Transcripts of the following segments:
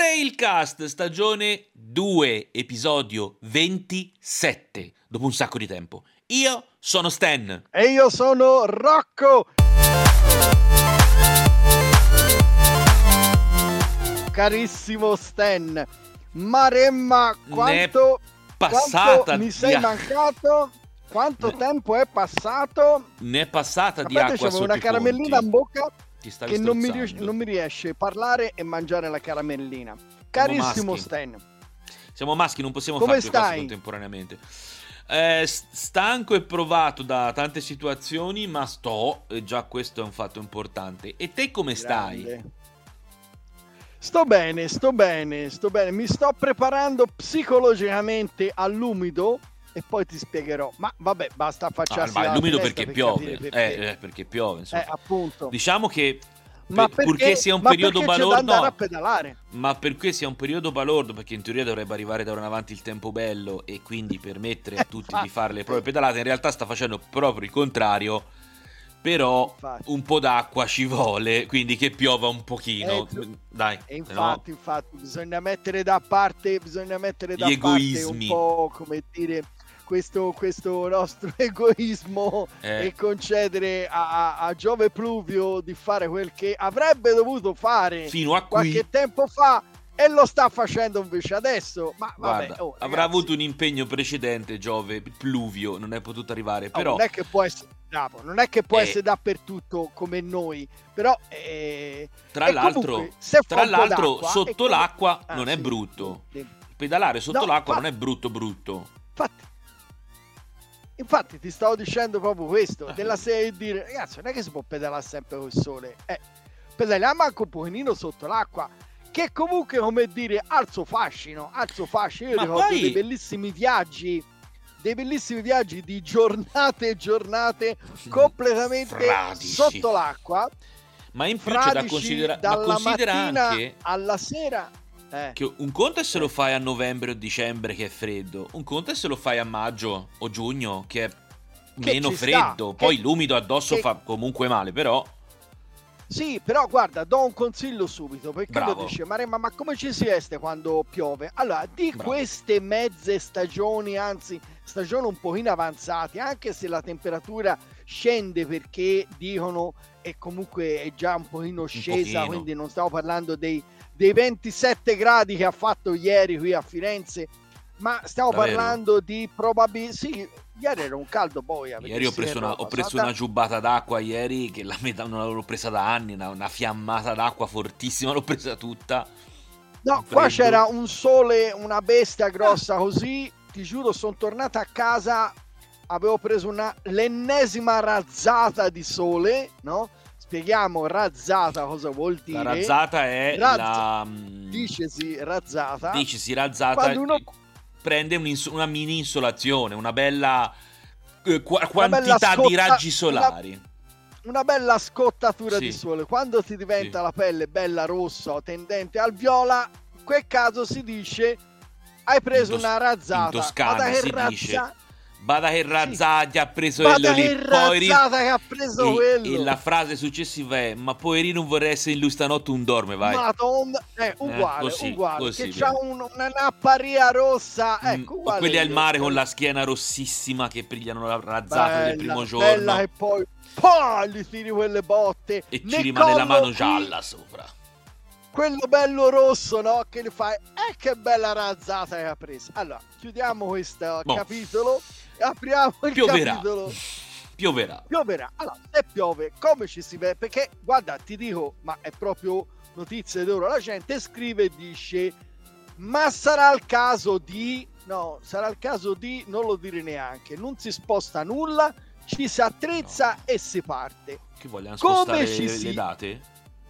Tailcast, stagione 2, episodio 27, dopo un sacco di tempo. Io sono Stan. E io sono Rocco. Carissimo Stan, Maremma, quanto mi sei mancato? Quanto tempo è passato? Ne è passata di acqua sotto una caramellina in bocca che non mi riesce a parlare e mangiare la caramellina. Carissimo Stan, siamo maschi, non possiamo fare due cose contemporaneamente. Stanco e provato da tante situazioni, ma e già questo è un fatto importante. E te come stai? Sto bene, mi sto preparando psicologicamente all'umido e poi ti spiegherò. Ma vabbè, basta affacciarsi l'umido perché piove. Perché piove, insomma. Appunto. Diciamo che purché sia un periodo balordo, ma perché sia un periodo balordo, perché in teoria dovrebbe arrivare da ora in avanti il tempo bello e quindi permettere a tutti di fare le proprie pedalate, in realtà sta facendo proprio il contrario. Però un po' d'acqua ci vuole, quindi che piova un pochino. Dai. E infatti bisogna mettere da parte gli egoismi. Un po', come dire, questo nostro egoismo e concedere a Giove Pluvio di fare quel che avrebbe dovuto fare fino a qualche tempo fa e lo sta facendo invece adesso. Ma guarda, vabbè, avrà avuto un impegno precedente Giove Pluvio, non è potuto arrivare, però non è che può essere bravo, non è che può essere dappertutto come noi, però tra l'altro sotto l'acqua non è brutto. Pedalare sotto l'acqua non è brutto. Infatti ti stavo dicendo proprio questo, della serie di dire, ragazzi, non è che si può pedalare sempre col sole, pedaliamo anche un pochino sotto l'acqua, che comunque, come dire, alzo fascino. Io ricordo dei bellissimi viaggi di giornate e giornate completamente fradici sotto l'acqua, ma in più c'è da considerare, dalla mattina anche alla sera. Che un conto è se lo fai a novembre o dicembre che è freddo, un conto è se lo fai a maggio o giugno che è meno freddo, poi l'umido addosso fa comunque male, però sì, però guarda, do un consiglio subito, perché lo dice Maremma, ma come ci si veste quando piove? Allora, queste mezze stagioni, anzi stagioni un pochino avanzate, anche se la temperatura scende, perché dicono e comunque è già un pochino scesa, quindi non stiamo parlando dei 27 gradi che ha fatto ieri qui a Firenze, ma stiamo parlando di sì, ieri era un caldo boia. Ieri ho preso una giubbata d'acqua ieri che la metà non l'avevo presa da anni, una fiammata d'acqua fortissima, l'ho presa tutta. No, qua c'era un sole, una bestia grossa così, ti giuro, sono tornata a casa, avevo preso l'ennesima razzata di sole, no? Spieghiamo razzata cosa vuol dire. La razzata è Dicesi razzata. Quando uno prende una mini insolazione, una bella quantità di raggi solari. Una bella scottatura di sole. Quando ti diventa la pelle bella rossa, tendente al viola, in quel caso si dice hai preso una razzata. In Toscana si dice Bada che razzata ha preso quello lì. Quello. E la frase successiva è: ma poverino non vorrei essere in lui stanotte un dorme, vai. Madonna, uguale, così, che c'ha una napparia rossa, ecco, uguale. Quelli al mare con la schiena rossissima che pigliano la razzata del primo giorno. Bella, e poi gli tiri quelle botte e ci rimane la mano gialla sopra. Quello bello rosso, no? Che ne fai? Che bella razzata che ha preso. Allora, chiudiamo questo capitolo e apriamo il capitolo. Pioverà. Allora, se piove, come ci si vede? Perché, guarda, ti dico, ma è proprio notizie d'oro. La gente scrive e dice, ma sarà il caso di... No, sarà il caso di... Non lo dire neanche. Non si sposta nulla, ci si attrezza e si parte. Che vogliamo spostare le date?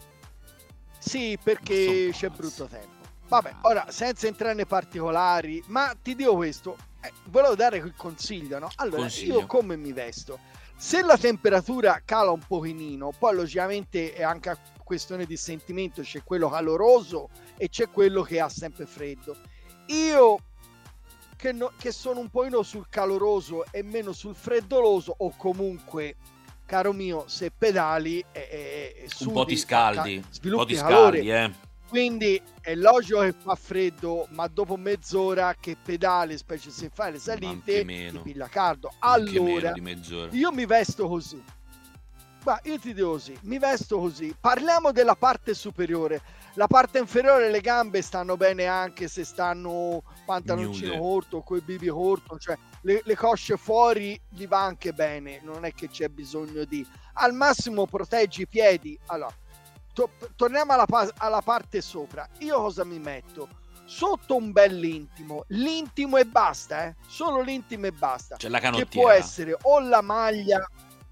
Sì, perché c'è brutto tempo. Vabbè, ora, senza entrare nei particolari, ma ti dico questo, volevo dare il consiglio, no? Allora, io come mi vesto? Se la temperatura cala un pochino, poi logicamente è anche questione di sentimento, c'è quello caloroso e c'è quello che ha sempre freddo. Io che sono un pochino sul caloroso e meno sul freddoloso, o comunque, caro mio, se pedali un po' ti scaldi, sviluppi calore. Quindi è logico che fa freddo, ma dopo mezz'ora che pedali, specie se fai le salite, ti piglia caldo. Allora, io mi vesto così. Ma io ti dico così, mi vesto così. Parliamo della parte superiore. La parte inferiore, le gambe stanno bene anche se stanno pantaloncino corto, coi bibi corto, cioè le cosce fuori gli va anche bene, non è che c'è bisogno di... Al massimo proteggi i piedi. Allora, torniamo alla parte sopra. Io cosa mi metto? Sotto un bell'intimo, l'intimo e basta, solo l'intimo e basta. C'è la canottiera. Che può essere o la maglia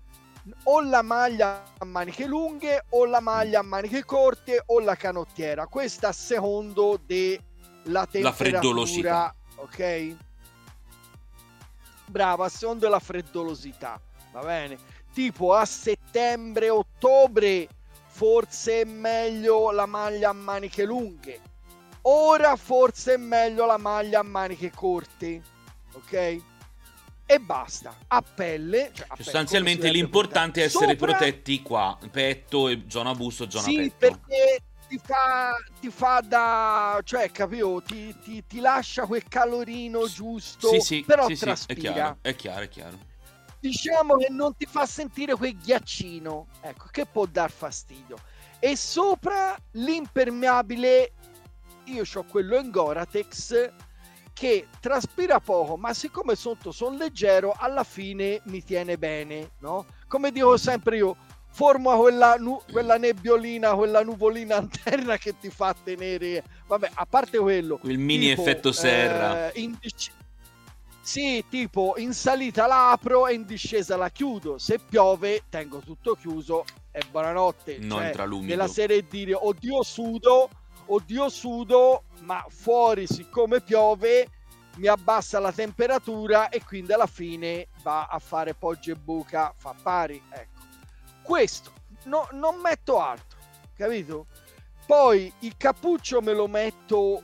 a maniche lunghe o la maglia a maniche corte o la canottiera, questa a secondo della temperatura, la freddolosità, ok? Bravo, a secondo della freddolosità, va bene? Tipo a settembre, ottobre forse è meglio la maglia a maniche lunghe, ora forse è meglio la maglia a maniche corte, ok? E basta, a pelle, sostanzialmente l'importante è essere protetti qua, petto e zona busto, zona petto. Sì, perché ti fa da, cioè, capito, ti lascia quel calorino giusto, però traspira. È chiaro. Diciamo che non ti fa sentire quel ghiaccino, ecco, che può dar fastidio. E sopra l'impermeabile, io ho quello in Gore-Tex che traspira poco, ma siccome sotto sono leggero, alla fine mi tiene bene, no? Come dico sempre io, forma quella nebbiolina, quella nuvolina interna che ti fa tenere, vabbè, a parte quello, quel mini tipo, effetto serra, sì, tipo in salita la apro e in discesa la chiudo, se piove tengo tutto chiuso e buonanotte, non cioè, entra l'umido. Nella serie dire oddio sudo, ma fuori siccome piove mi abbassa la temperatura e quindi alla fine va a fare poggia e buca, fa pari, ecco. Questo, non metto altro, capito? Poi il cappuccio me lo metto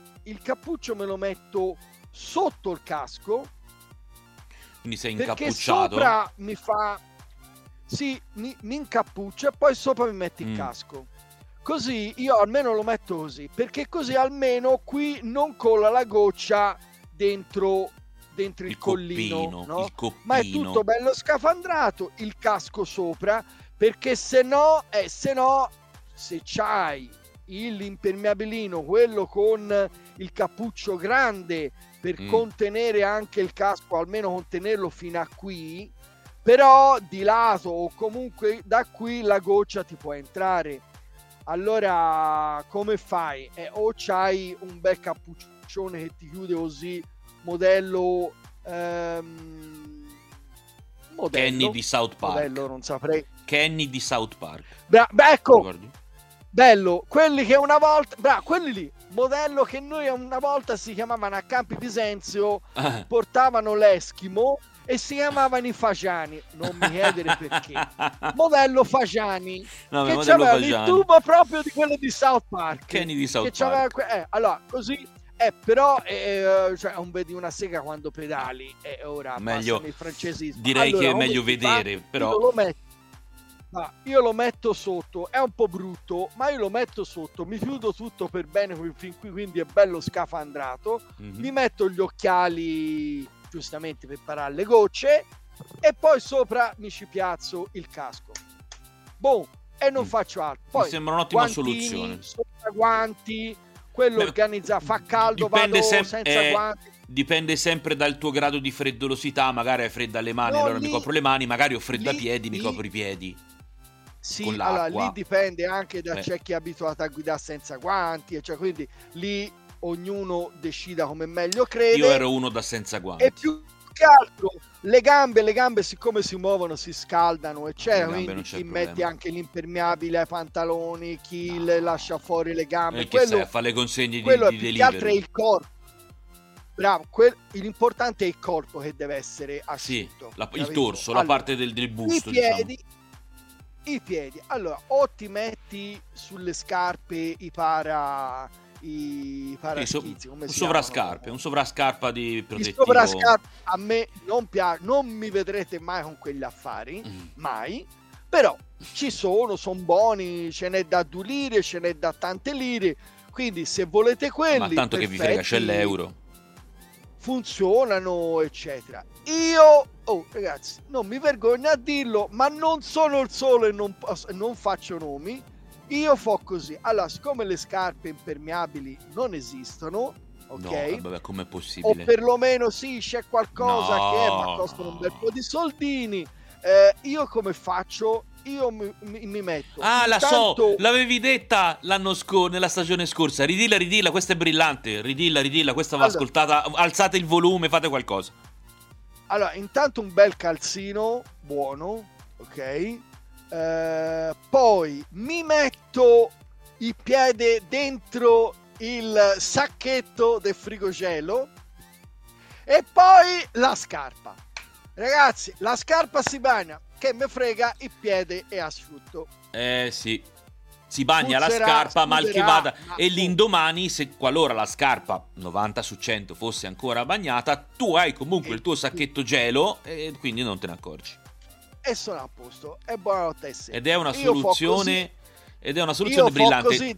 sotto il casco, quindi sei perché incappucciato, sopra mi fa, sì, mi incappuccio e poi sopra mi metto il casco. Così io almeno lo metto così, perché così almeno qui non colla la goccia dentro il collino, no? Ma è tutto bello scafandrato, il casco sopra, perché se c'hai l'impermeabilino, quello con il cappuccio grande per contenere anche il casco, almeno contenerlo fino a qui, però di lato o comunque da qui la goccia ti può entrare. Allora come fai? O c'hai un bel cappuccione che ti chiude così, modello Kenny di South Park. Modello, non saprei. Kenny di South Park. Beh, ecco, bello, quelli che una volta, quelli lì, modello che noi una volta si chiamavano a Campi Bisenzio, portavano l'Eskimo e si chiamavano i Fagiani, non mi chiedere perché. Modello Fagiani, no, che c'aveva il tubo proprio di quello di South Park. Kenny di South Park. Allora, così, però cioè, non vedi una sega quando pedali, e ora meglio, il francesismo. Direi allora, che è meglio vedere, però... Io lo metto sotto, è un po' brutto, ma io lo metto sotto, mi chiudo tutto per bene fin qui, quindi è bello scafandrato. Mi metto gli occhiali giustamente per parare le gocce e poi sopra mi ci piazzo il casco. Boh, e non faccio altro. Poi mi sembra un'ottima guantini, soluzione. Sopra guanti, quello organizzato, fa caldo, vado senza guanti. Dipende sempre dal tuo grado di freddolosità, magari hai fredda alle mani, allora mi copro le mani, magari ho fredda piedi, mi copro i piedi. Sì, allora lì dipende anche da c'è chi è abituato a guidare senza guanti, cioè, quindi lì ognuno decida come meglio crede. Io ero uno da senza guanti. E più che altro le gambe siccome si muovono si scaldano, eccetera, quindi chi mette anche l'impermeabile ai pantaloni, chi le lascia fuori le gambe, quello fa le consegne di più che altro è il corpo. Bravo, l'importante è il corpo che deve essere asciutto. Sì, il torso, allora, la parte del busto, i piedi, allora o ti metti sulle scarpe i paraschizzi, un sovrascarpa di protettivo. Sovrascarpa a me non piace, non mi vedrete mai con quegli affari, mai, però ci sono buoni, ce n'è da 2 lire, ce n'è da tante lire, Quindi se volete quelli, ma tanto perfetti, che vi frega, c'è l'euro, funzionano eccetera. Io ragazzi, non mi vergogno a dirlo, ma non sono il solo e non faccio nomi. Io fo così. Allora, siccome le scarpe impermeabili non esistono, ok? No, vabbè, com'è possibile? O perlomeno sì, c'è qualcosa che è, ma costano un bel po' di soldini. Io come faccio? Io mi metto. La so, l'avevi detta nella stagione scorsa. Ridilla, questa è brillante. Ridilla, questa va ascoltata. Alzate il volume, fate qualcosa. Allora, intanto un bel calzino buono, ok? Poi mi metto il piede dentro il sacchetto del frigogelo e poi la scarpa. Ragazzi, la scarpa si bagna, che me frega, il piede è asciutto. Sì, si bagna la scarpa, mal che vada. E l'indomani, se qualora la scarpa 90 su 100 fosse ancora bagnata, tu hai comunque il tuo sacchetto gelo e quindi non te ne accorgi. E sono a posto, è buonanotte. Ed è una soluzione brillante. Così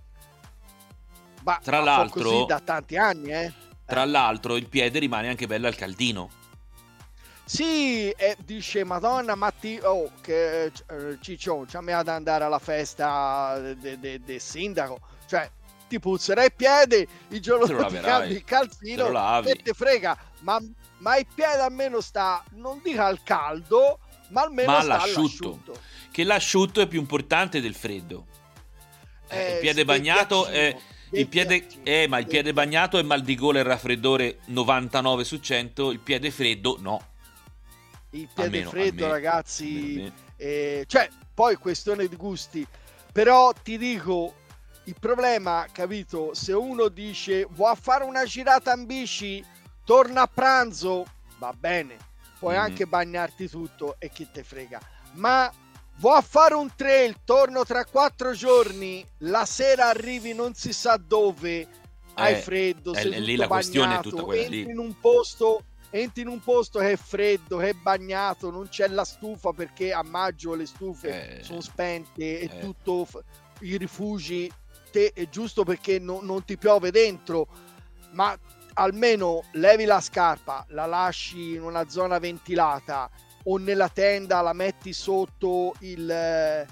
tra l'altro, così da tanti anni, Tra l'altro, il piede rimane anche bello al caldino. Sì, dice Madonna, che Ciccio, ci mi ad andare alla festa del sindaco, cioè ti puzzerà il piede il giorno dopo ti cambi il calzino e te frega, ma il piede almeno sta, non dica al caldo, ma almeno sta all'asciutto. Che l'asciutto è più importante del freddo. Il piede bagnato è... il piede bagnato è mal di gola e raffreddore 99 su 100, il piede freddo no. Il piede freddo, ragazzi, cioè poi questione di gusti, però ti dico, il problema, capito, se uno dice vuoi fare una girata in bici, torna a pranzo, va bene, puoi anche bagnarti tutto e chi te frega, ma vuoi fare un trail, torno tra 4 giorni, la sera arrivi non si sa dove, hai freddo, sei tutto lì la bagnato, questione è tutta quella entri lì. Entri in un posto che è freddo, che è bagnato, non c'è la stufa perché a maggio le stufe sono spente e tutto i rifugi, è giusto perché non ti piove dentro, ma almeno levi la scarpa, la lasci in una zona ventilata o nella tenda, la metti sotto lo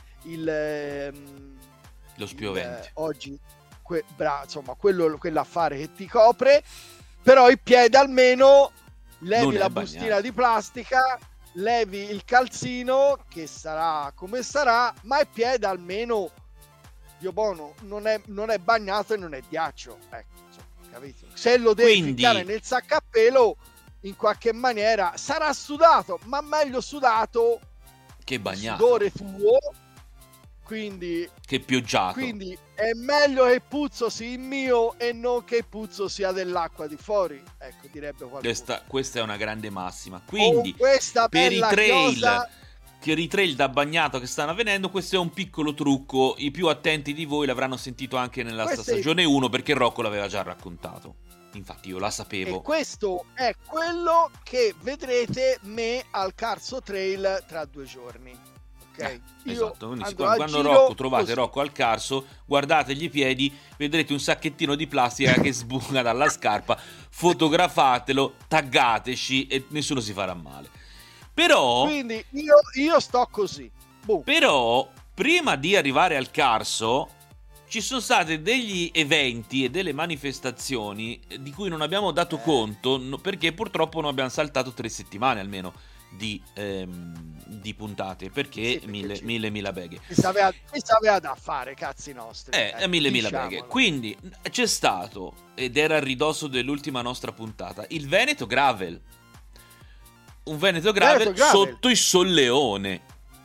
spiovente. Oggi insomma quell'affare che ti copre, però il piede almeno levi la bustina di plastica, levi il calzino che sarà come sarà, ma il piede almeno Dio buono non è bagnato e non è ghiaccio, ecco, insomma, capito? Se lo devi ficcare nel sacco a pelo, in qualche maniera sarà sudato, ma meglio sudato che bagnato, sudore tuo, quindi che pioggiato, quindi è meglio che il puzzo sia il mio e non che il puzzo sia dell'acqua di fuori, ecco, direbbe qualcuno. Questa è una grande massima, quindi per i trail da bagnato che stanno avvenendo, questo è un piccolo trucco, i più attenti di voi l'avranno sentito anche nella stagione 1 perché Rocco l'aveva già raccontato, infatti io la sapevo. E questo è quello che vedrete me al Carso Trail tra 2 giorni. Esatto, quindi quando trovate Rocco al Carso, guardategli i piedi, vedrete un sacchettino di plastica che sbuca dalla scarpa, fotografatelo, taggateci e nessuno si farà male. Però quindi io sto così. Però prima di arrivare al Carso ci sono stati degli eventi e delle manifestazioni di cui non abbiamo dato conto perché purtroppo non abbiamo saltato 3 settimane almeno di puntate perché mille beghe si sapeva da fare, cazzi nostri, mille beghe. Quindi c'è stato, ed era a ridosso dell'ultima nostra puntata, il Veneto Gravel, un Veneto Gravel sotto il Solleone.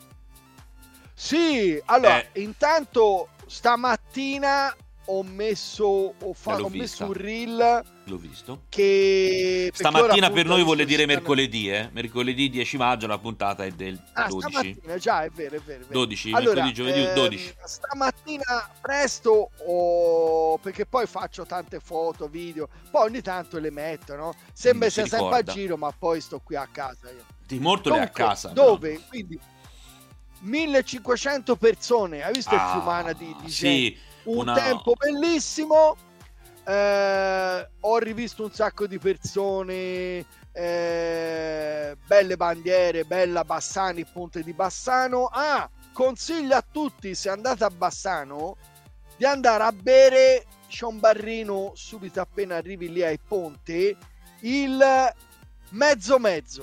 Sì, allora intanto stamattina ho messo un reel. L'ho visto. Che stamattina per noi vuole dire mercoledì, mercoledì 10 maggio, la puntata è del 12. Stamattina, già, è vero. 12, allora, mercoledì, giovedì 12. Stamattina presto, perché poi faccio tante foto, video, poi ogni tanto le metto, no? Sembra sia sempre a giro, ma poi sto qui a casa io. Di molto a casa. Dove? Però. Quindi 1500 persone, hai visto il fiumana di gente? un tempo bellissimo. Ho rivisto un sacco di persone, belle bandiere, bella Bassano, il ponte di Bassano. Consiglio a tutti, se andate a Bassano, di andare a bere, c'è un barrino subito appena arrivi lì ai ponte, il mezzo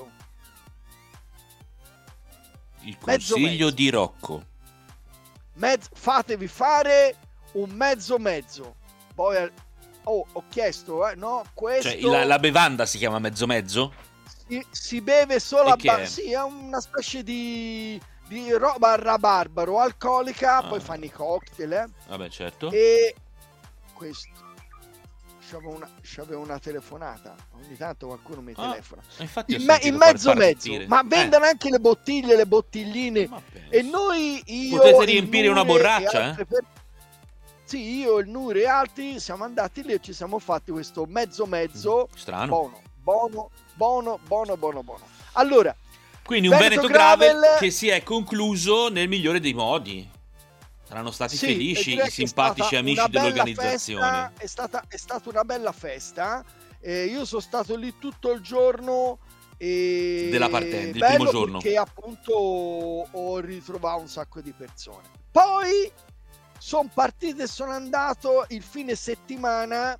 il consiglio di Rocco. Fatevi fare un mezzo. Poi ho chiesto, no, questo, cioè la bevanda si chiama mezzo? Si beve solo a sì, è una specie di roba al rabarbaro alcolica, poi fanno i cocktail, vabbè, certo. E questo c'avevo una telefonata, ogni tanto qualcuno mi telefona, infatti in mezzo, ma vendono anche le bottiglie, le bottigline, e noi, potete riempire una borraccia, sì, io, il Nuri e altri siamo andati lì e ci siamo fatti questo mezzo strano, buono. Allora, quindi un Veneto Gravel che si è concluso nel migliore dei modi. Saranno stati felici i simpatici amici dell'organizzazione. Festa, è stata una bella festa. Io sono stato lì tutto il giorno della partenza, il primo giorno, perché appunto ho ritrovato un sacco di persone. Poi sono partito e sono andato il fine settimana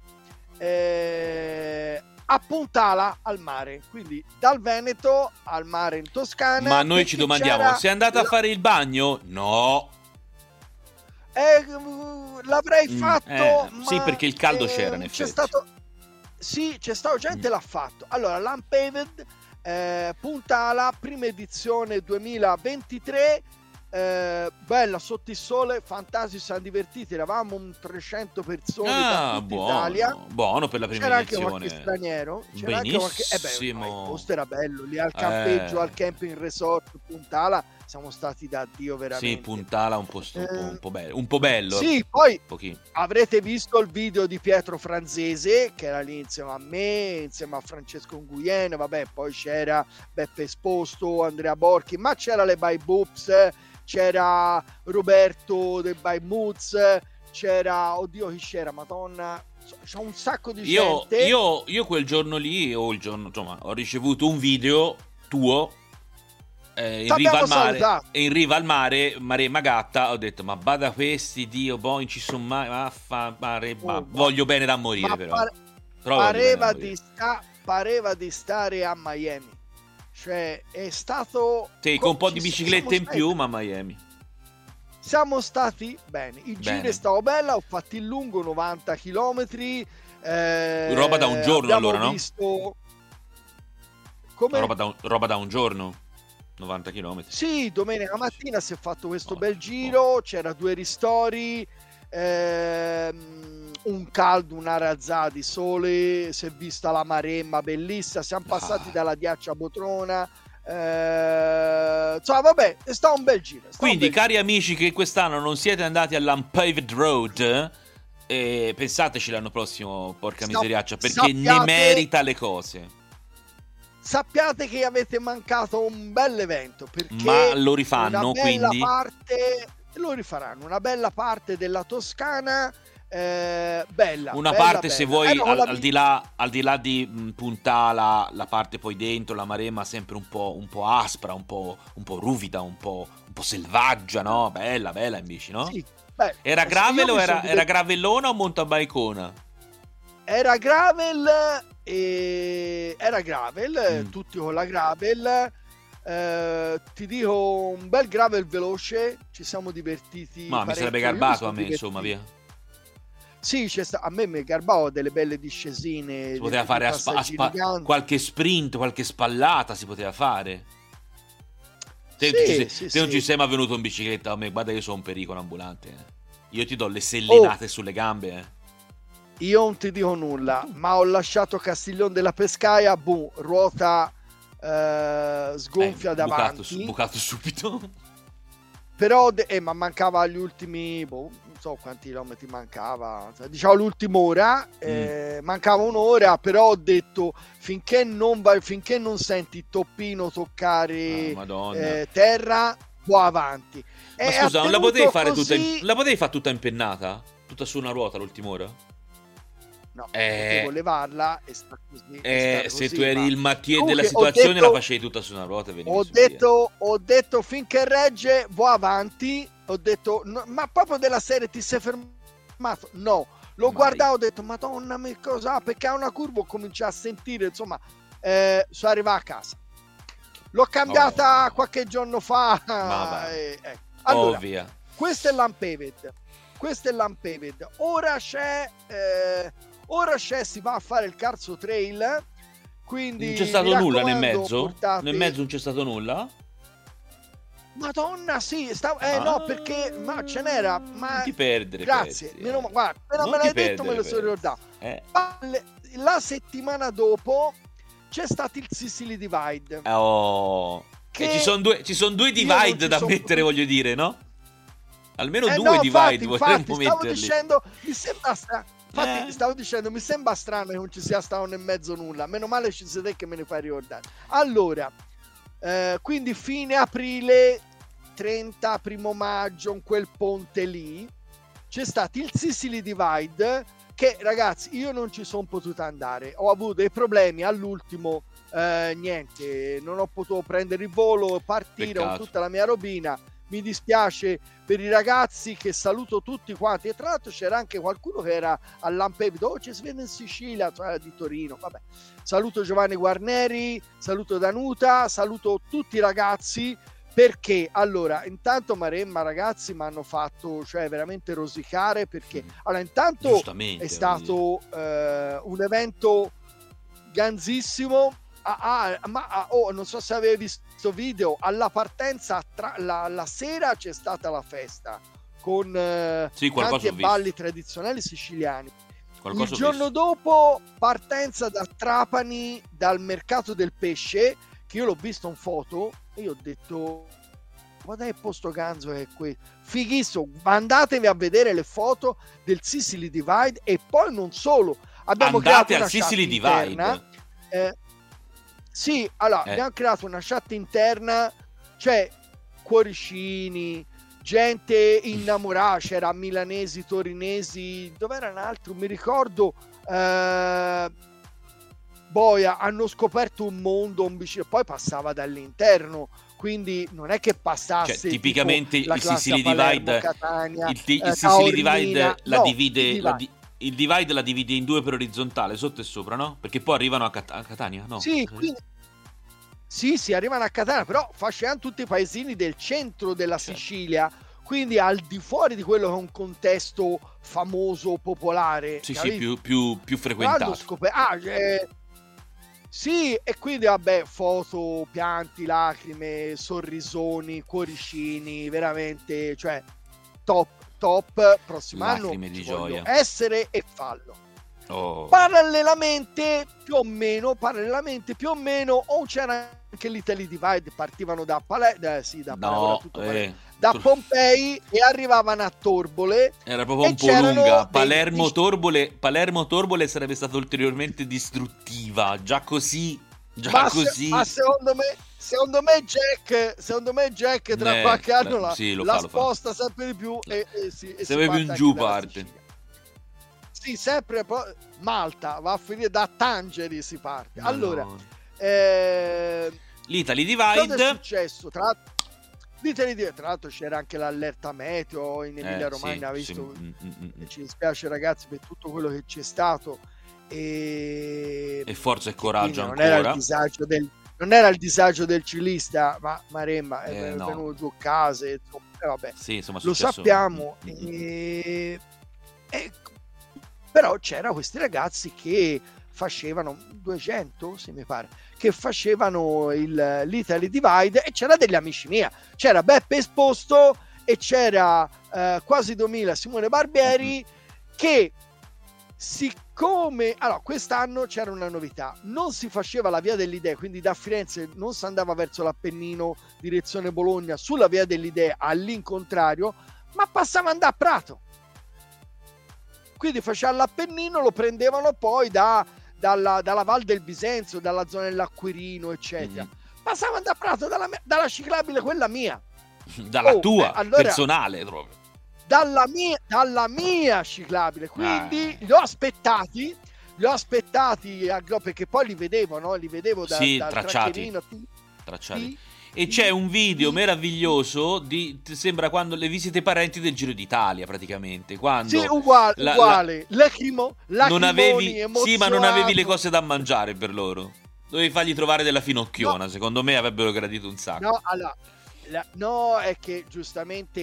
a Puntala al mare, quindi dal Veneto al mare in Toscana. Ma noi ci domandiamo, sei andato a fare il bagno? No, l'avrei fatto, ma sì, perché il caldo c'era, in effetti. C'è stato gente l'ha fatto. Allora, l'Unpaved Puntala, prima edizione 2023. Bella sotto il sole, fantastici, siamo divertiti, eravamo un 300 persone da tutta Italia. Buono per la prima c'era edizione. Anche qualche straniero, c'era benissimo, anche il posto era bello lì al campeggio, al camping resort Puntala, siamo stati da Dio veramente. Sì, Puntala un posto un po' bello. Sì, poi avrete visto il video di Pietro Franzese che era lì insieme a me, insieme a Francesco Nguyen, vabbè, poi c'era Beppe Esposto, Andrea Borchi, ma c'era le By Boops, c'era Roberto del By Moods, c'era, oddio chi c'era, madonna, c'è un sacco di gente. Io quel giorno lì, insomma, ho ricevuto un video tuo in riva al mare, Maremma Gatta, ho detto ma bada questi, Dio, poi ci sono mai, voglio bene da morire, però pareva di stare a Miami. Cioè è stato con un po' di biciclette in più, ma a Miami siamo stati bene. Il giro è stato bello, ho fatto il lungo 90 km, roba da un giorno, allora, no? Come? Roba da un giorno, 90 km. Sì, domenica mattina si è fatto questo bel giro, c'era 2 ristori, un caldo, una razzata di sole, si è vista la Maremma bellissima, siamo passati dalla Diaccia Botrona, insomma vabbè, è stato un bel giro. Quindi cari amici che quest'anno non siete andati all'Unpaved Road, pensateci l'anno prossimo, porca miseriaccia, perché ne merita le cose. Sappiate che avete mancato un bel evento, perché ma lo rifanno, quindi lo rifaranno, una bella parte della Toscana, bella. Una parte, se vuoi, al di là di Puntala, la parte poi dentro, la Maremma, sempre un po' aspra, un po' ruvida, un po' selvaggia, no? Bella in bici, no? Sì, era gravel o era gravellona o montabikona? Era gravel, tutti con la gravel. Ti dico, un bel gravel veloce, ci siamo divertiti. Ma mi sarebbe garbato a me, insomma, via. Sì, a me mi garbavo delle belle discesine. Si poteva fare qualche sprint, qualche spallata si poteva fare. Te non ci sei mai venuto in bicicletta, a me, guarda, io sono un pericolo ambulante. Io ti do le sellenate sulle gambe. Io non ti dico nulla, ma ho lasciato Castiglione della Pescaia, ruota sgonfia davanti, bucato subito. Però ma mancava gli ultimi, non so quanti chilometri mancava, diciamo l'ultima ora, mancava un'ora, però ho detto finché non senti il toppino toccare terra, va avanti. Ma scusa, non la potevi fare tutta impennata? tutta su una ruota l'ultima ora? No, potevo levarla e sta così. Se così, tu eri il Mathieu della situazione, la facevi tutta su una ruota e venivi ho detto finché regge, va avanti. Ho detto, no, ma proprio della serie ti sei fermato? No, l'ho guardato, ho detto, madonna mia, cosa? Perché ha una curva, ho cominciato a sentire, insomma, sono arrivato a casa. L'ho cambiata qualche giorno fa. Ecco. Allora, ovvia. Questo è l'Unpaved. Ora c'è, si va a fare il Carso Trail, quindi non c'è stato nulla nel mezzo? Nel mezzo non c'è stato nulla? Madonna, sì, no, perché ce n'era, ma non ti perdere, grazie, guarda, appena me l'hai detto me lo sono ricordato. La settimana dopo c'è stato il Sicily Divide. Che ci sono due divide da mettere, voglio dire, no? Almeno due divide vorremmo metterli. Stavo dicendo, mi sembra strano che non ci sia stato nel mezzo nulla. Meno male ci siete che me ne fai ricordare. Allora, quindi fine aprile, 30 primo maggio, in quel ponte lì c'è stato il Sicily Divide, che ragazzi io non ci sono potuto andare, ho avuto dei problemi all'ultimo, niente, non ho potuto prendere il volo, partire con tutta la mia robina. Mi dispiace per i ragazzi, che saluto tutti quanti, e tra l'altro c'era anche qualcuno che era all'Unpaved, ci si vede in Sicilia, cioè di Torino, vabbè. Saluto Giovanni Guarneri, saluto Danuta, saluto tutti i ragazzi, perché allora intanto Maremma, ragazzi, mi hanno fatto, cioè, veramente rosicare, perché allora intanto è stato un evento ganzissimo. Non so se avevi visto video, alla partenza la sera c'è stata la festa con canti e balli tradizionali siciliani. Il giorno dopo partenza da Trapani, dal mercato del pesce, che io l'ho visto in foto e io ho detto, guarda il posto ganzo che è qui, fighissimo, andatevi a vedere le foto del Sicily Divide. E poi non solo, abbiamo creato una chat interna. Sì, allora abbiamo creato una chat interna, cioè cuoricini, gente innamorata, c'era milanesi, torinesi, dov'era un altro, mi ricordo, boia, hanno scoperto un mondo, poi passava dall'interno, quindi non è che passasse, cioè, tipicamente il Sicily Divide, Catania, il Sicily Divide il divide la divide in due per orizzontale, sotto e sopra, no? Perché poi arrivano a Catania, no? Sì, quindi sì, arrivano a Catania, però facevano tutti i paesini del centro della Sicilia, quindi al di fuori di quello che è un contesto famoso, popolare. Sì, più frequentato. Sì, e quindi vabbè, foto, pianti, lacrime, sorrisoni, cuoricini, veramente, cioè top. Prossimo lacrime anno di gioia, essere e fallo. Parallelamente più o meno o c'era anche l'Italy Divide, partivano da Pompei e arrivavano a Torbole. Era proprio un po' lunga. Palermo-Torbole sarebbe stata ulteriormente distruttiva, già così. Ma secondo me Jack tra qualche anno la sposta sempre di più e sempre più in giù parte. Sì, sempre Malta va a finire da Tangeri, si parte. Allora, l'Italy Divide, cosa è successo? Tra l'altro c'era anche l'allerta meteo in Emilia Romagna, visto. Ci dispiace ragazzi per tutto quello che c'è stato, e forza e coraggio ancora. Non era il disagio del ciclista, ma Maremma è venuto giù a case, vabbè, insomma, lo sappiamo. Però c'erano questi ragazzi che facevano 200, se mi pare, che facevano l'Italy Divide, e c'era degli amici miei, c'era Beppe Esposto e c'era Quasi 2000 Simone Barbieri, che siccome quest'anno c'era una novità, non si faceva la via delle Idee, quindi da Firenze non si andava verso l'Appennino direzione Bologna sulla via delle Idee all'incontrario, ma passava andare a Prato, quindi faceva l'Appennino, lo prendevano poi dalla Val del Bisenzio, dalla zona dell'Acquirino, eccetera. Passava andare a Prato dalla ciclabile, quella mia, dalla tua allora, personale proprio. dalla mia ciclabile, quindi li ho aspettati perché poi li vedevo dal tracciati. E c'è un video meraviglioso sembra quando le visite parenti del Giro d'Italia, praticamente, quando sì, uguale. Non avevi, sì, ma non avevi le cose da mangiare per loro. Dovevi fargli trovare della finocchiona, secondo me avrebbero gradito un sacco. No, allora, è che giustamente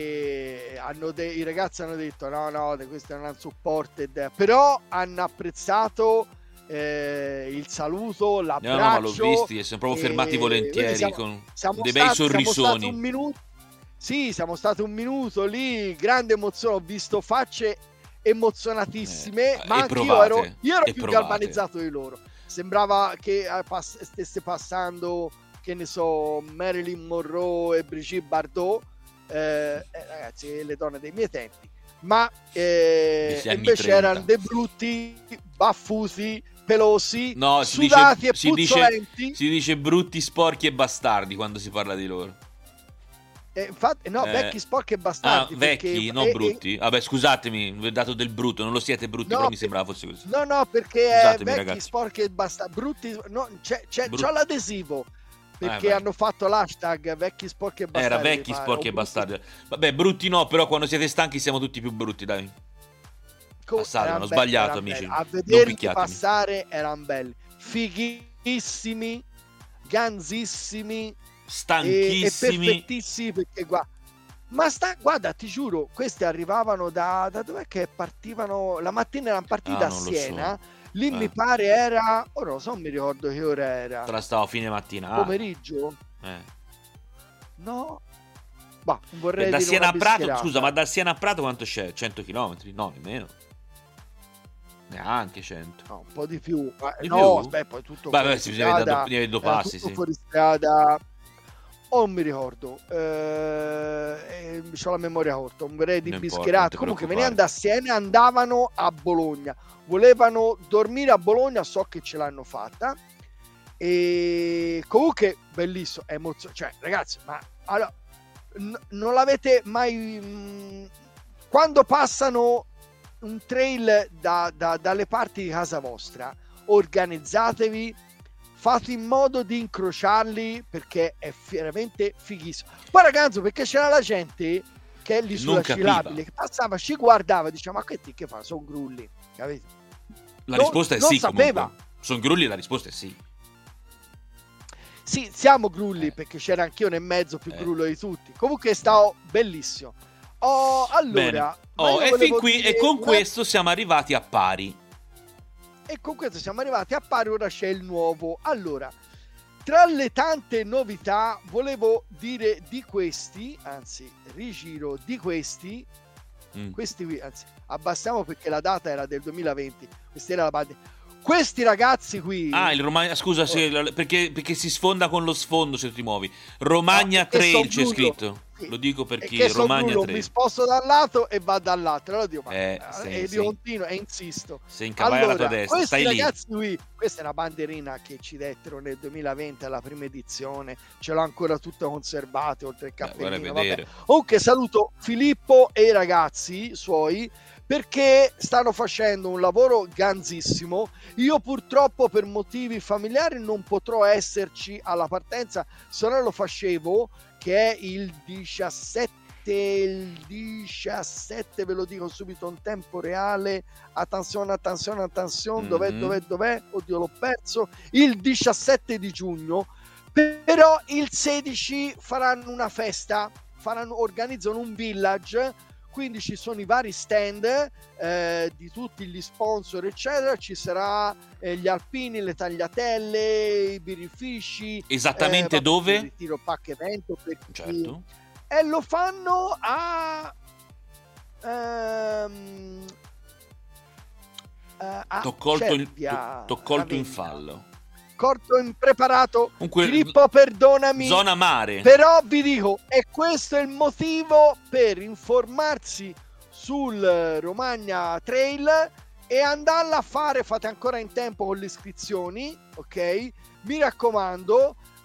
i ragazzi hanno detto no, questo è un unsupported, però hanno apprezzato il saluto, l'abbraccio. No, ma l'ho visti e sono proprio fermati volentieri con dei bei sorrisoni. Siamo stati un minuto lì, grande emozione, ho visto facce emozionatissime, ma anche io ero più galvanizzato di loro. Sembrava che stesse passando, che ne so, Marilyn Monroe e Brigitte Bardot, ragazzi, le donne dei miei tempi, ma invece erano dei brutti, baffusi, pelosi, sudati e puzzolenti. Si dice brutti, sporchi e bastardi quando si parla di loro. Infatti, vecchi, sporchi e bastardi. Vecchi, non brutti. Vabbè, scusatemi, vi ho dato del brutto, non lo siete brutti, però mi sembrava fosse così. No, perché scusatemi, vecchi, ragazzi, sporchi e bastardi. Brutti, no, c'ho l'adesivo. Perché hanno fatto l'hashtag vecchi, sporchi e bastardi. Era vecchi, sporchi e bastardi. Vabbè, brutti no, però quando siete stanchi siamo tutti più brutti, dai. Passate, hanno sbagliato, amici. A vederli passare erano belli. Fighissimi, ganzissimi, stanchissimi e perfettissimi, perché guarda, ti giuro, questi arrivavano da dov'è che partivano? La mattina erano partiti da Siena. Lì mi pare era, ora non so, mi ricordo che ora era. Tra stavo fine mattina. Pomeriggio? No. Bah, vorrei da dire Siena a Prato, scusa, ma da Siena a Prato quanto c'è? 100 km? No, nemmeno. Neanche 100. No, un po' di più. Di no, più? Aspetta, poi tutto fuori strada. Si vede due passi, sì. Fuori strada. Non mi ricordo. C'ho la memoria corta, un vorrei di bischerato. Comunque venivano da Siena e andavano a Bologna. Volevano dormire a Bologna, so che ce l'hanno fatta. E comunque bellissimo, cioè, ragazzi, ma allora, non l'avete mai quando passano un trail dalle parti di casa vostra, organizzatevi, fate in modo di incrociarli, perché è veramente fighissimo. Poi ragazzi, perché c'era la gente che è lì sulla ciclabile, che passava, ci guardava, diceva: ma questi che fa? Sono grulli, capito? La risposta è sì, sapeva. Comunque. Sono grulli, la risposta è sì. Sì, siamo grulli, perché c'era anch'io nel mezzo, più grullo di tutti. Comunque stavo bellissimo. Allora, e fin qui, e con questo siamo arrivati a pari. Ora c'è il nuovo. Allora, tra le tante novità, volevo dire di questi, anzi, rigiro di questi. Questi qui, anzi, abbassiamo perché la data era del 2020. Questa era la parte. Questi ragazzi qui. Il Romagna, scusa, perché si sfonda con lo sfondo se ti muovi. Romagna Trail c'è scritto. Sì. Lo dico perché Romagna Trail. Mi sposto da un lato e va dall'altro. Lo dico, continuo e insisto. Sei incavallata alla tua destra, stai lì. Ragazzi qui, questa è una bandierina che ci dettero nel 2020 alla prima edizione. Ce l'ho ancora tutta conservata, oltre il cappellino. Comunque saluto Filippo e i ragazzi suoi, perché stanno facendo un lavoro ganzissimo. Io purtroppo per motivi familiari non potrò esserci alla partenza, se no lo facevo, che è il 17, ve lo dico subito in tempo reale. Attenzione, dov'è? Oddio, l'ho perso. Il 17 di giugno, però il 16 faranno una festa, organizzano un village. Quindi ci sono i vari stand di tutti gli sponsor, eccetera. Ci sarà gli alpini, le tagliatelle, i birrifici. Esattamente dove? Il ritiro pack evento. Certo. E lo fanno a t'ho colto in fallo. Corto impreparato. Filippo, perdonami, zona mare. Però vi dico, e questo è il motivo per informarsi sul Romagna Trail e andarla a fare. Fate ancora in tempo con le iscrizioni, ok? Mi raccomando,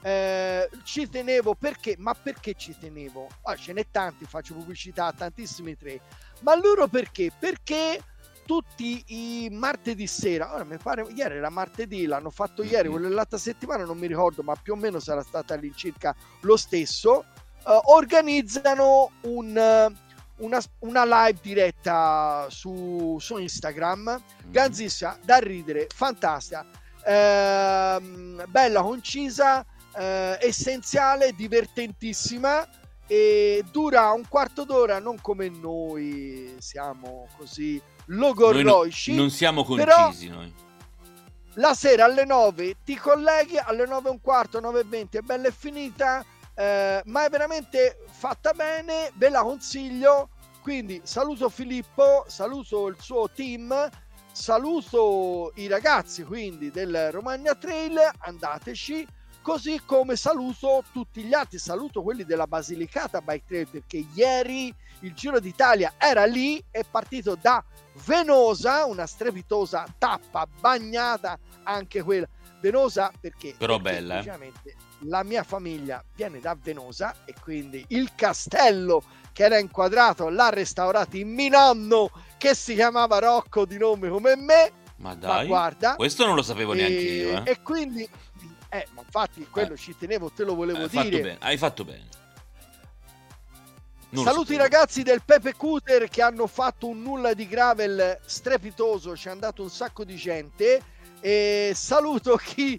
ci tenevo perché ci tenevo? Ce n'è tanti, faccio pubblicità a tantissimi trail, ma loro perché tutti i martedì sera, ora mi pare ieri era martedì, l'hanno fatto ieri, quello dell'altra settimana non mi ricordo, ma più o meno sarà stata all'incirca lo stesso, organizzano una live diretta su Instagram, ganzissima, da ridere, fantastica, bella, concisa, essenziale, divertentissima, e dura un quarto d'ora, non come noi siamo così logorroici, non siamo concisi, noi. La sera alle 9 ti colleghi, alle 9:15, 9:20 è bella e finita, ma è veramente fatta bene, ve la consiglio. Quindi saluto Filippo, saluto il suo team, saluto i ragazzi quindi del Romagna Trail, andateci, così come saluto tutti gli altri, saluto quelli della Basilicata Bike Trail, perché ieri il Giro d'Italia era lì, è partito da Venosa, una strepitosa tappa bagnata anche quella Venosa, perché bella, la mia famiglia viene da Venosa e quindi il castello che era inquadrato l'ha restaurato in mio nonno, che si chiamava Rocco di nome come me. Ma dai, guarda, questo non lo sapevo neanche io, e quindi ma infatti quello ci tenevo, te lo volevo dire. Hai fatto bene. Saluto i ragazzi del Pepe Cuter che hanno fatto un nulla di gravel strepitoso, ci è andato un sacco di gente, e saluto chi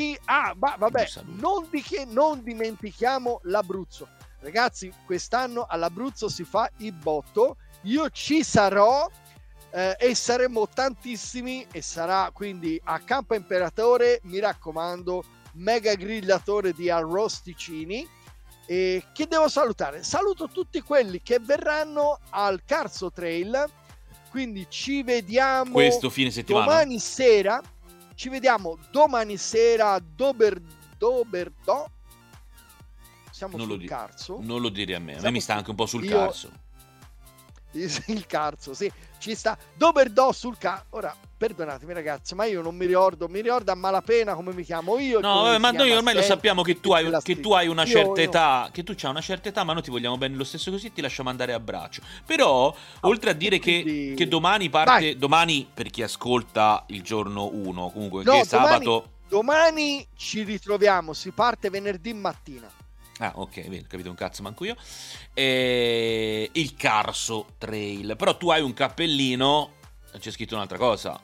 non dimentichiamo l'Abruzzo. Ragazzi, quest'anno all'Abruzzo si fa il botto, io ci sarò, e saremo tantissimi, e sarà quindi a Campo Imperatore, mi raccomando, mega grigliatore di arrosticini. E che devo salutare? Saluto tutti quelli che verranno al Carso Trail, quindi ci vediamo questo fine settimana, domani sera, a Doberdò. Siamo sul Carso. Non lo dire a me, mi sta anche un po' sul Carso. Il Carso, sì, ci sta Doberdò sul Carso. Ora, perdonatemi ragazzi, ma io non mi ricordo a malapena come mi chiamo io. No, ma noi ormai lo sappiamo che tu hai una certa età, che tu c'hai una certa età, ma noi ti vogliamo bene lo stesso, così ti lascio mandare a braccio. Però, oltre a dire che domani parte, domani per chi ascolta il giorno 1, comunque che è sabato. Domani ci ritroviamo, si parte venerdì mattina. Ah, ok, bene, capito un cazzo manco io. Il Carso Trail. Però tu hai un cappellino, c'è scritto un'altra cosa.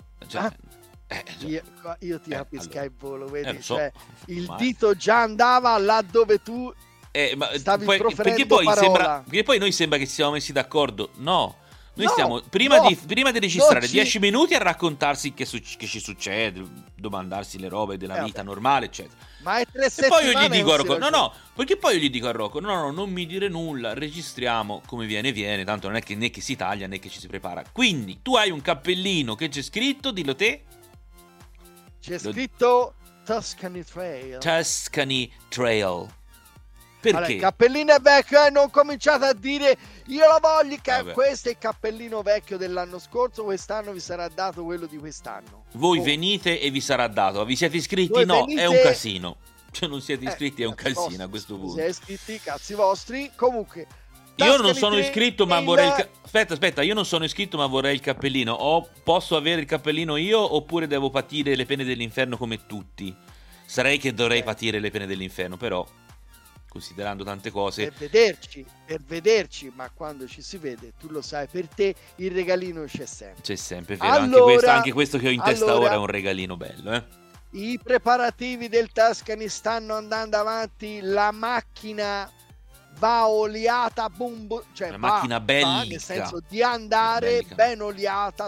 Io ti capisco al volo, vedi? So, il dito già andava là dove tu stavi proferendo parola. Perché poi noi sembra che siamo messi d'accordo. No. Noi stiamo prima di registrare 10 minuti a raccontarsi che ci succede, domandarsi le robe della vita normale, eccetera. Ma è 3 settimane. E poi io gli dico a Rocco, perché poi io gli dico a Rocco, non mi dire nulla, registriamo come viene, tanto non è che né che si taglia né che ci si prepara. Quindi tu hai un cappellino che c'è scritto, dillo te. C'è scritto Tuscany Trail. Perché? Allora, il cappellino è vecchio e non cominciate a dire io lo voglio, questo è il cappellino vecchio dell'anno scorso, quest'anno vi sarà dato quello di quest'anno. Voi venite e vi sarà dato. Vi siete iscritti? È un casino. Cioè non siete iscritti, è un casino a questo punto. Siete iscritti, cazzi vostri. Comunque io non sono iscritto, ma vorrei aspetta, io non sono iscritto, ma vorrei il cappellino. Posso avere il cappellino io, oppure devo patire le pene dell'inferno come tutti? Sarei che dovrei patire le pene dell'inferno, però considerando tante cose, per vederci, ma quando ci si vede, tu lo sai, per te il regalino c'è sempre, vero? Allora, anche questo che ho in testa ora è un regalino bello, I preparativi del Tuscany stanno andando avanti, la macchina va oliata, cioè una macchina bellica, nel senso di andare ben oliata,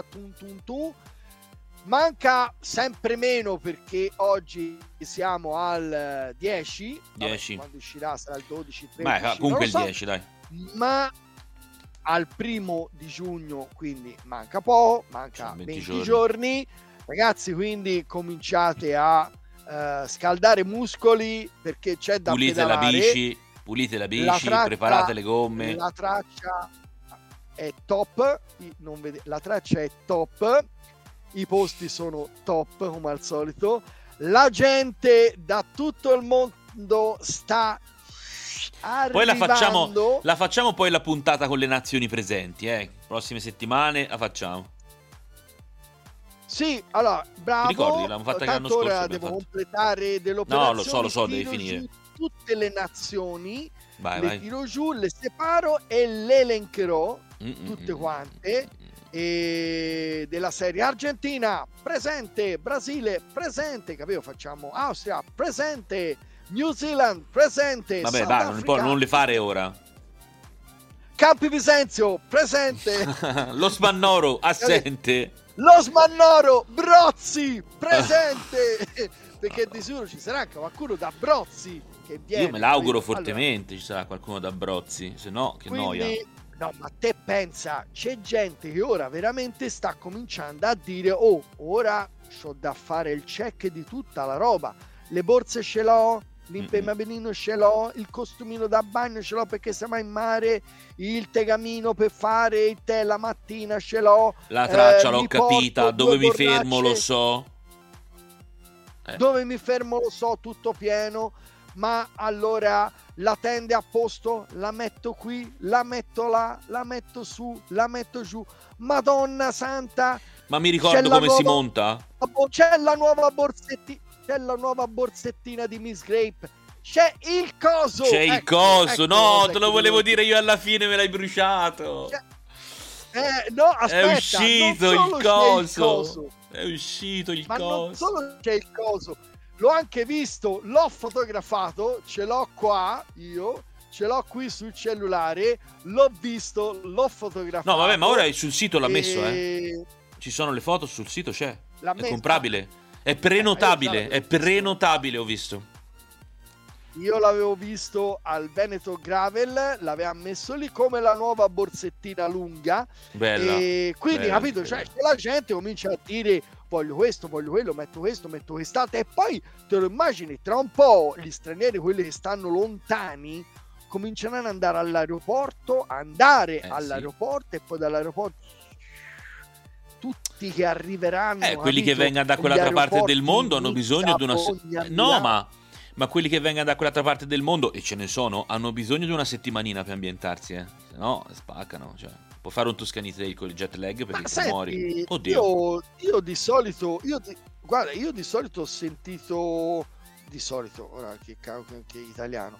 manca sempre meno, perché oggi siamo al 10. Quando uscirà sarà il 12, 13. Ma comunque il 10, dai. Ma al 1 di giugno, quindi manca poco, manca 20 giorni. Ragazzi, quindi cominciate a scaldare muscoli, perché c'è da pedalare. Pulite la bici, preparate le gomme. La traccia è top, la traccia è top. I posti sono top come al solito, la gente da tutto il mondo, quando sta arrivando. Poi la facciamo poi la puntata con le nazioni presenti, prossime settimane la facciamo. Sì, allora, bravo. Ti ricordi? L'abbiamo fatta l'anno scorso. Ora devo completare dell'operazione. No, lo so, devi finire. Tutte le nazioni, vai. Tiro giù, le separo e le elencherò tutte quante. E della serie Argentina presente, Brasile presente, capito? Facciamo Austria presente, New Zealand presente. Vabbè, dai, non le fare ora. Campi Visenzio presente. Lo Spannoro assente. Lo Smannoro Brozzi presente. Perché di sicuro ci sarà anche qualcuno da Brozzi che viene. Io me l'auguro fortemente, ci sarà qualcuno da Brozzi, se no che noia. No, ma te pensa, c'è gente che ora veramente sta cominciando a dire ora c'ho da fare il check di tutta la roba, le borse ce l'ho, l'impermeabilino ce l'ho, il costumino da bagno ce l'ho perché siamo in mare, il tegamino per fare il tè la mattina ce l'ho, la traccia l'ho capita, dove mi fermo lo so. Dove mi fermo lo so, tutto pieno. Ma allora la tende a posto, la metto qui, la metto là, la metto su, la metto giù. Madonna santa! Ma mi ricordo come si monta? C'è la nuova borsettina di Miss Grape. C'è il coso! C'è il coso! No, te lo volevo dire io alla fine, me l'hai bruciato! No, aspetta! È uscito il coso! È uscito il coso! Ma non solo c'è il coso! L'ho anche visto, l'ho fotografato, ce l'ho qua, io, ce l'ho qui sul cellulare, l'ho visto, l'ho fotografato. No, vabbè, ma ora sul sito l'ha messo, Ci sono le foto sul sito, c'è. È comprabile. È prenotabile, ho visto. Io l'avevo visto al Veneto Gravel, l'aveva messo lì come la nuova borsettina lunga. Bella. E quindi, bella, capito, bella. cioè la gente comincia a dire voglio questo, voglio quello, metto questo, metto quest'altro, e poi te lo immagini, tra un po' gli stranieri, quelli che stanno lontani, cominceranno ad andare all'aeroporto, e poi dall'aeroporto tutti che arriveranno, quelli che vengono da quell'altra parte del mondo hanno bisogno di una ma quelli che vengono da quell'altra parte del mondo, e ce ne sono, hanno bisogno di una settimanita per ambientarsi, se no spaccano, cioè può fare un Tuscany Trail con il jet lag perché ti muori. Oddio. Io di solito ho sentito, ora che italiano,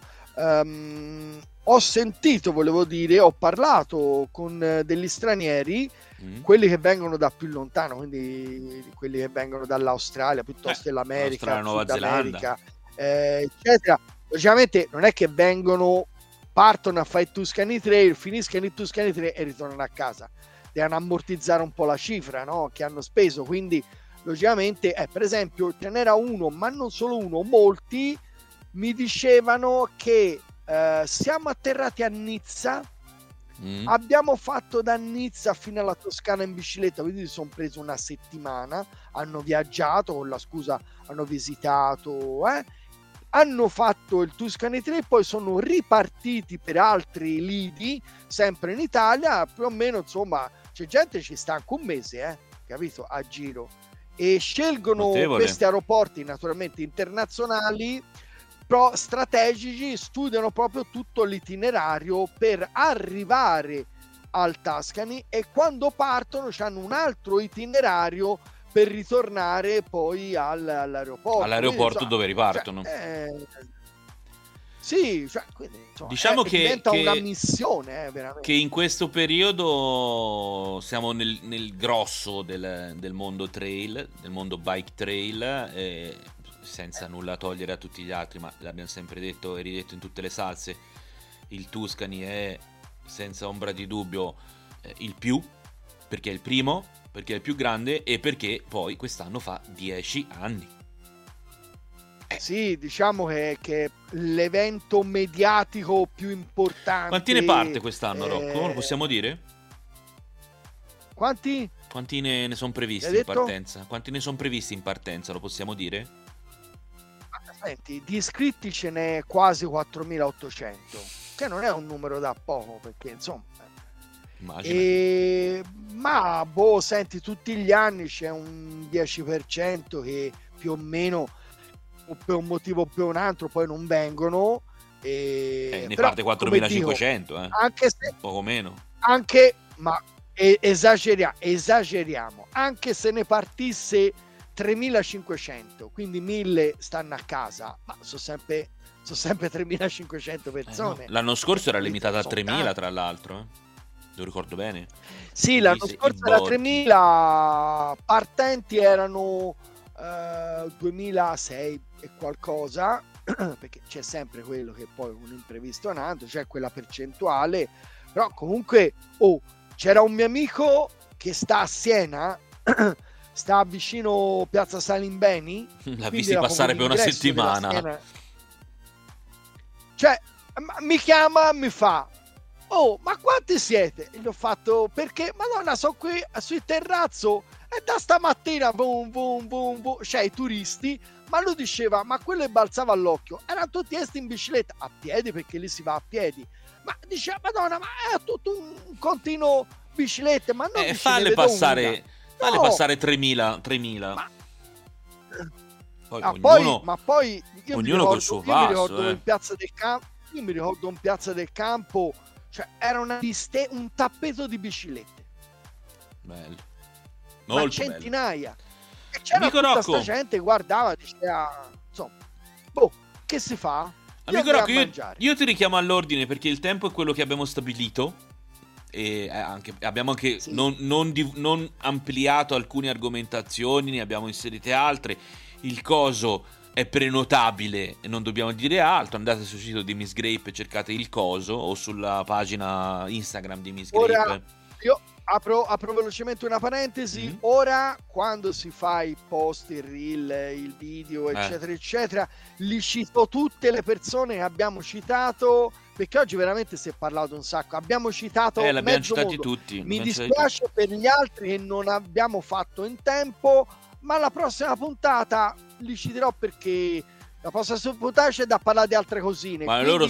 ho sentito, ho parlato con degli stranieri, quelli che vengono da più lontano, quindi quelli che vengono dall'Australia piuttosto dell'America, Nuova Zelanda, eccetera. Logicamente non è che partono a fare il Tuscany Trail, finiscono il Tuscany Trail e ritornano a casa, devono ammortizzare un po' la cifra, no? Che hanno speso, quindi logicamente per esempio ce n'era uno, ma non solo uno, molti mi dicevano che siamo atterrati a Nizza, abbiamo fatto da Nizza fino alla Toscana in bicicletta, quindi si sono preso una settimana, hanno viaggiato con la scusa, hanno visitato, hanno fatto il Tuscany Trail, poi sono ripartiti per altri lidi sempre in Italia, più o meno, insomma, c'è gente che ci sta anche un mese, capito, a giro, e scelgono questi aeroporti naturalmente internazionali strategici, studiano proprio tutto l'itinerario per arrivare al Tuscany, e quando partono hanno un altro itinerario per ritornare poi all'aeroporto quindi, dove ripartono. Sì, cioè, quindi, insomma, diciamo che diventa una missione, veramente. Che in questo periodo siamo nel grosso del mondo trail, del mondo bike trail, senza nulla togliere a tutti gli altri, ma l'abbiamo sempre detto e ridetto in tutte le salse, il Tuscany è senza ombra di dubbio il più, perché è il primo, perché è il più grande e perché poi quest'anno fa 10 anni. Sì, diciamo che l'evento mediatico più importante. Quanti ne parte quest'anno, Rocco? Lo possiamo dire? Quanti ne sono previsti in partenza? Quanti ne sono previsti in partenza, lo possiamo dire? Senti, di iscritti ce n'è quasi 4.800, che non è un numero da poco, perché insomma ma senti, tutti gli anni c'è un 10% che più o meno o per un motivo o per un altro poi non vengono. Ne parte 4.500, anche se, poco meno. Ma esageriamo, anche se ne partisse 3.500, quindi 1.000 stanno a casa, ma sono sempre 3.500 persone. No. L'anno scorso era limitata a 3.000, tra l'altro, lo ricordo bene. Sì, l'anno scorso era 3.000, partenti erano 2.006 e qualcosa, perché c'è sempre quello che poi un imprevisto nato, c'è quella percentuale, però comunque c'era un mio amico che sta a Siena, sta vicino Piazza Salimbeni, l'ha visti passare per una settimana, cioè mi chiama, mi fa: ma quanti siete? E gli ho fatto: perché madonna, sono qui sul terrazzo e da stamattina boom, cioè i turisti. Ma lui diceva, ma quello che balzava all'occhio erano tutti esti in bicicletta, a piedi, perché lì si va a piedi, ma diceva madonna, ma è tutto un continuo biciclette, ma non falle passare 3.000. Poi ognuno col suo passo, mi ricordo in Piazza del Campo, in Piazza del Campo, cioè era un tappeto di biciclette, bello, ma centinaia bello. E c'era tutta questa gente, guardava, diceva, insomma, che si fa? Amico Rocco, io ti richiamo all'ordine, perché il tempo è quello che abbiamo stabilito e abbiamo anche sì, non ampliato alcune argomentazioni, ne abbiamo inserite altre. Il coso è prenotabile e non dobbiamo dire altro. Andate sul sito di Miss Grape e cercate il coso, o sulla pagina Instagram di Miss Grape. Ora io apro velocemente una parentesi. Ora, quando si fa i post, il reel, il video, eccetera eccetera, li cito tutte le persone che abbiamo citato, perché oggi veramente si è parlato un sacco, abbiamo citato l'abbiamo citati mondo. Tutti. Mi dispiace per gli altri che non abbiamo fatto in tempo, ma la prossima puntata li citerò, perché la prossima puntata c'è da parlare di altre cosine. Ma loro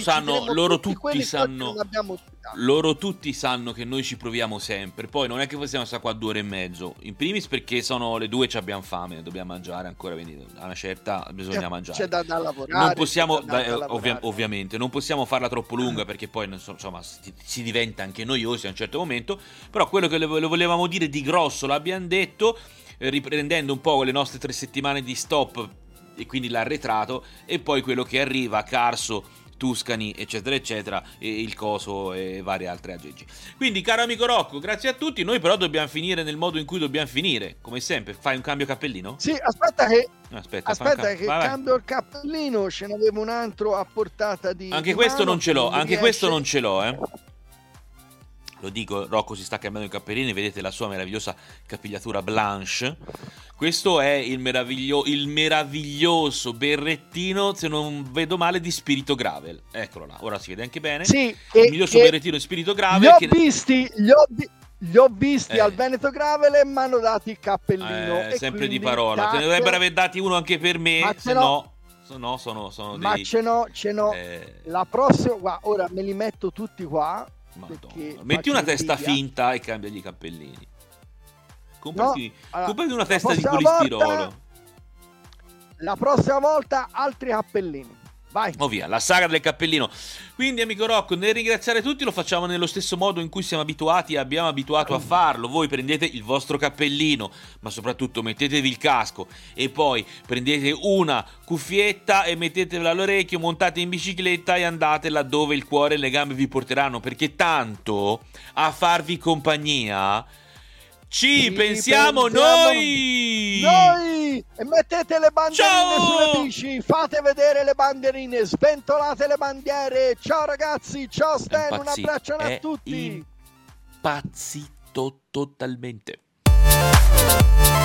tutti sanno che noi ci proviamo sempre. Poi non è che possiamo stare qua 2 ore e mezzo. In primis perché sono le 2 e abbiamo fame, dobbiamo mangiare ancora, quindi a una certa bisogna mangiare. C'è da lavorare. Non possiamo, ovviamente, non possiamo farla troppo lunga, perché poi insomma si diventa anche noiosi a un certo momento. Però quello che le volevamo dire di grosso l'abbiamo detto, riprendendo un po' le nostre 3 settimane di stop e quindi l'arretrato, e poi quello che arriva, Carso, Tuscany, eccetera eccetera, e il coso e varie altre aggeggi. Quindi, caro amico Rocco, grazie a tutti. Noi però dobbiamo finire nel modo in cui dobbiamo finire, come sempre. Fai un cambio cappellino? Sì, aspetta che vai. Cambio il cappellino. Ce n'avevo un altro a portata di anche questo non ce l'ho, Lo dico, Rocco si sta cambiando i cappellini, vedete la sua meravigliosa capigliatura blanche. Questo è il meraviglioso berrettino, se non vedo male, di Spirito Gravel. Eccolo là, ora si vede anche bene. Sì, il meraviglioso berrettino di Spirito Gravel. Li ho visti al Veneto Gravel e mi hanno dato il cappellino. Sempre di parola, te ne dovrebbero aver dati uno anche per me, se no sono ma dei... ce n'ho. La prossima, guarda, ora me li metto tutti qua. Metti una testa finta e cambiagli i cappellini. Comprati una testa di polistirolo. La prossima volta altri cappellini. Vai. Via, la saga del cappellino. Quindi, amico Rocco, nel ringraziare tutti lo facciamo nello stesso modo in cui siamo abituati e abbiamo abituato a farlo. Voi prendete il vostro cappellino, ma soprattutto mettetevi il casco e poi prendete una cuffietta e mettetela all'orecchio, montate in bicicletta e andate laddove il cuore e le gambe vi porteranno, perché tanto a farvi compagnia ci pensiamo noi! E mettete le bandierine sulle bici, fate vedere le bandierine, sventolate le bandiere. Ciao ragazzi, ciao Stan, un abbraccio a tutti. Impazzito totalmente.